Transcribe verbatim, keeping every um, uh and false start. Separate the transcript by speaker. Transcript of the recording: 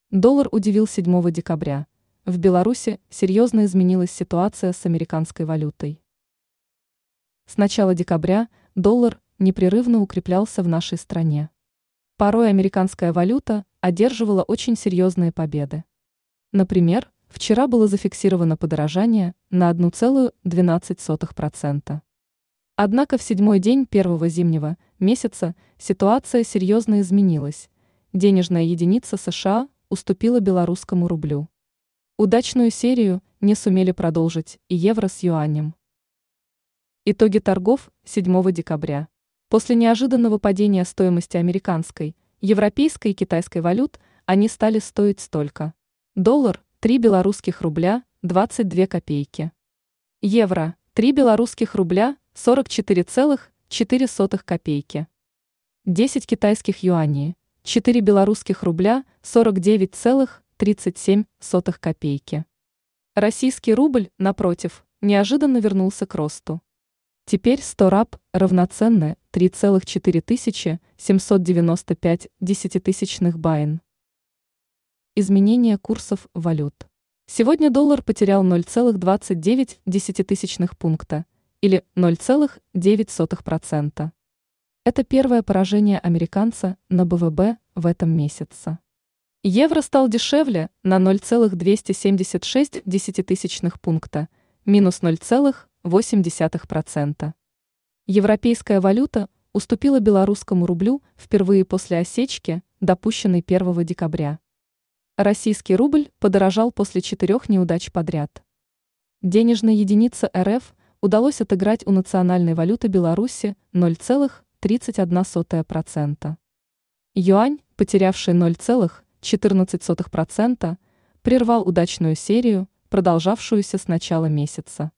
Speaker 1: Доллар удивил седьмого декабря. В Беларуси серьезно изменилась ситуация с американской валютой. С начала декабря доллар непрерывно укреплялся в нашей стране. Порой американская валюта одерживала очень серьезные победы. Например, вчера было зафиксировано подорожание на одна целая двенадцать сотых процента. Однако в седьмой день первого зимнего месяца ситуация серьезно изменилась. Денежная единица США уступила белорусскому рублю. Удачную серию не сумели продолжить и евро с юанем. Итоги торгов седьмого декабря. После неожиданного падения стоимости американской, европейской и китайской валют они стали стоить столько. Доллар – три белорусских рубля двадцать две копейки. Евро – три белорусских рубля сорок четыре целых четыре сотых копейки. десять китайских юаней – четыре белорусских рубля сорок девять целых тридцать семь сотых копейки. Российский рубль, напротив, неожиданно вернулся к росту. Теперь сто раб равноценны три целых четыре тысячи семьсот девяносто пять десятитысячных баин. Изменение курсов валют. Сегодня доллар потерял ноль целых двадцать девять десятитысячных пункта, или ноль целых девять сотых процента. Это первое поражение американца на бэ вэ бэ в этом месяце. Евро стал дешевле на ноль целых двести семьдесят шесть десятитысячных пункта, минус ноль целых восемь десятых процента. Европейская валюта уступила белорусскому рублю впервые после осечки, допущенной первого декабря. Российский рубль подорожал после четырех неудач подряд. Денежной единице эр эф удалось отыграть у национальной валюты Беларуси ноль целых тридцать одна сотая процента. Юань, потерявший ноль целых четырнадцать сотых процента, прервал удачную серию, продолжавшуюся с начала месяца.